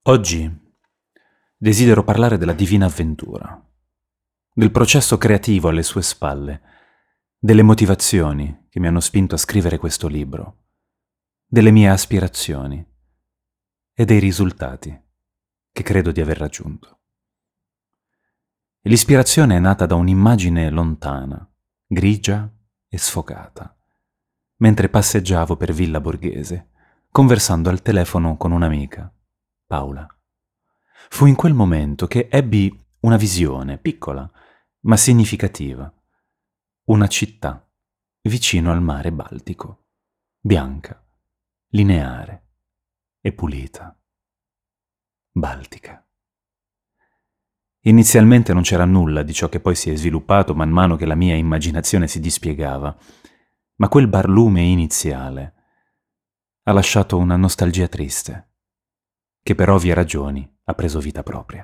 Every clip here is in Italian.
Oggi desidero parlare della divina avventura, del processo creativo alle sue spalle, delle motivazioni che mi hanno spinto a scrivere questo libro, delle mie aspirazioni e dei risultati che credo di aver raggiunto. L'ispirazione è nata da un'immagine lontana, grigia e sfocata, mentre passeggiavo per Villa Borghese, conversando al telefono con un'amica, Paola. Fu in quel momento che ebbi una visione, piccola, ma significativa. Una città, vicino al mare Baltico, bianca, lineare e pulita. Baltica. Inizialmente non c'era nulla di ciò che poi si è sviluppato man mano che la mia immaginazione si dispiegava, ma quel barlume iniziale ha lasciato una nostalgia triste, che per ovvie ragioni ha preso vita propria.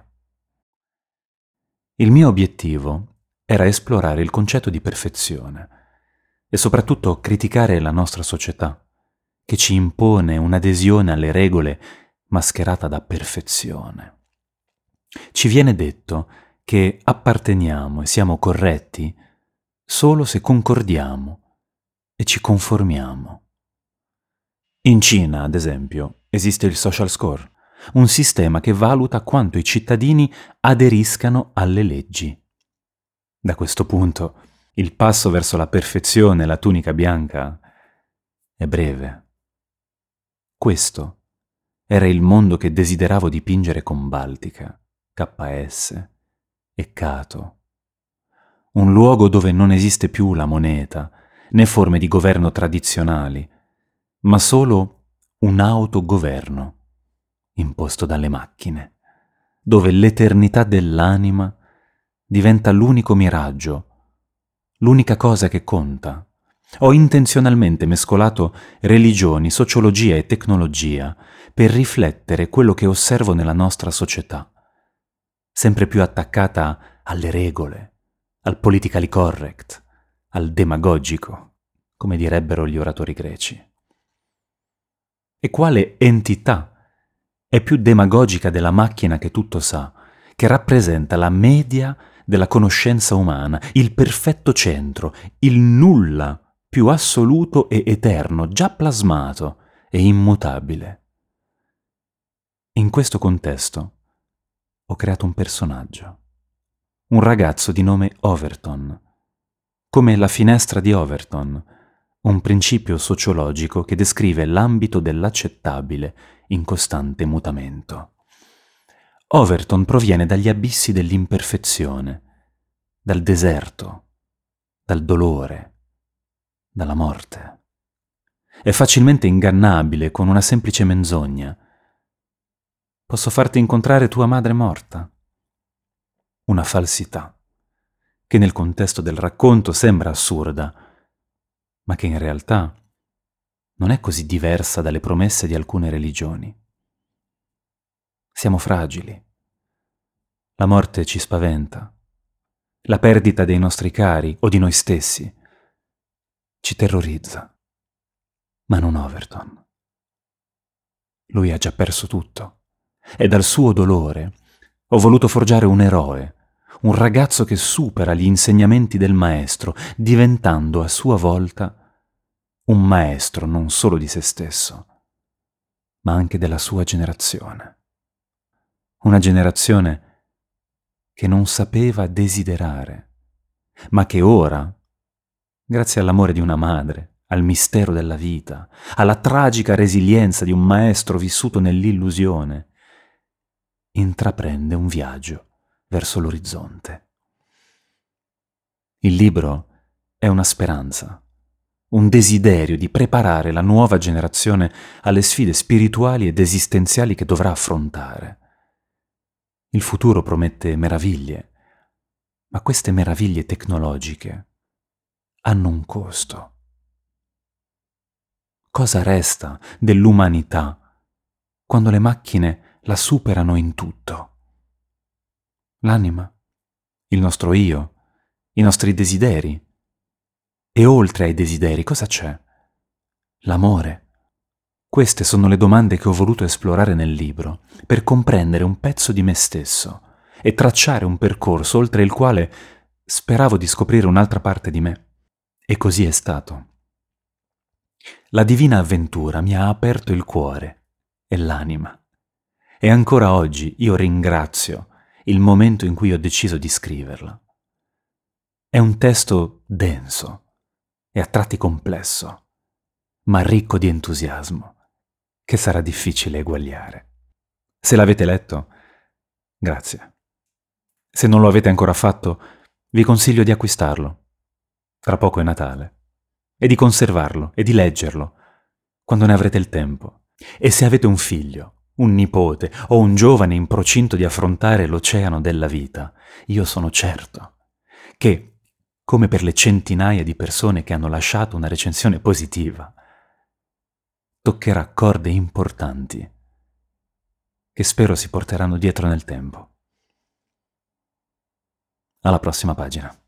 Il mio obiettivo era esplorare il concetto di perfezione e soprattutto criticare la nostra società, che ci impone un'adesione alle regole mascherata da perfezione. Ci viene detto che apparteniamo e siamo corretti solo se concordiamo e ci conformiamo. In Cina, ad esempio, esiste il social score, un sistema che valuta quanto i cittadini aderiscano alle leggi. Da questo punto, il passo verso la perfezione e la tunica bianca è breve. Questo era il mondo che desideravo dipingere con Baltica, KS e Cato. Un luogo dove non esiste più la moneta, né forme di governo tradizionali, ma solo un autogoverno imposto dalle macchine, dove l'eternità dell'anima diventa l'unico miraggio, l'unica cosa che conta. Ho intenzionalmente mescolato religioni, sociologia e tecnologia per riflettere quello che osservo nella nostra società, sempre più attaccata alle regole, al politically correct, al demagogico, come direbbero gli oratori greci. E quale entità è più demagogica della macchina che tutto sa, che rappresenta la media della conoscenza umana, il perfetto centro, il nulla più assoluto e eterno, già plasmato e immutabile. In questo contesto ho creato un personaggio, un ragazzo di nome Overton, come la finestra di Overton, un principio sociologico che descrive l'ambito dell'accettabile in costante mutamento. Overton proviene dagli abissi dell'imperfezione, dal deserto, dal dolore, dalla morte. È facilmente ingannabile con una semplice menzogna. Posso farti incontrare tua madre morta? Una falsità, che nel contesto del racconto sembra assurda, ma che in realtà non è così diversa dalle promesse di alcune religioni. Siamo fragili. La morte ci spaventa. La perdita dei nostri cari o di noi stessi ci terrorizza. Ma non Overton. Lui ha già perso tutto. E dal suo dolore ho voluto forgiare un eroe, un ragazzo che supera gli insegnamenti del maestro, diventando a sua volta un maestro non solo di se stesso, ma anche della sua generazione. Una generazione che non sapeva desiderare, ma che ora, grazie all'amore di una madre, al mistero della vita, alla tragica resilienza di un maestro vissuto nell'illusione, intraprende un viaggio verso l'orizzonte. Il libro è una speranza, un desiderio di preparare la nuova generazione alle sfide spirituali ed esistenziali che dovrà affrontare. Il futuro promette meraviglie, ma queste meraviglie tecnologiche hanno un costo. Cosa resta dell'umanità quando le macchine la superano in tutto? L'anima, il nostro io, i nostri desideri. E oltre ai desideri cosa c'è? L'amore, Queste sono le domande che ho voluto esplorare nel libro per comprendere un pezzo di me stesso e tracciare un percorso oltre il quale speravo di scoprire un'altra parte di me. E così è stato. La divina avventura mi ha aperto il cuore e l'anima. E ancora oggi io ringrazio il momento in cui ho deciso di scriverla. È un testo denso e a tratti complesso, ma ricco di entusiasmo, che sarà difficile eguagliare. Se l'avete letto, grazie. Se non lo avete ancora fatto, vi consiglio di acquistarlo. Tra poco è Natale. E di conservarlo e di leggerlo quando ne avrete il tempo. E se avete un figlio, un nipote o un giovane in procinto di affrontare l'oceano della vita, io sono certo che, come per le centinaia di persone che hanno lasciato una recensione positiva, toccherà corde importanti che spero si porteranno dietro nel tempo. Alla prossima pagina.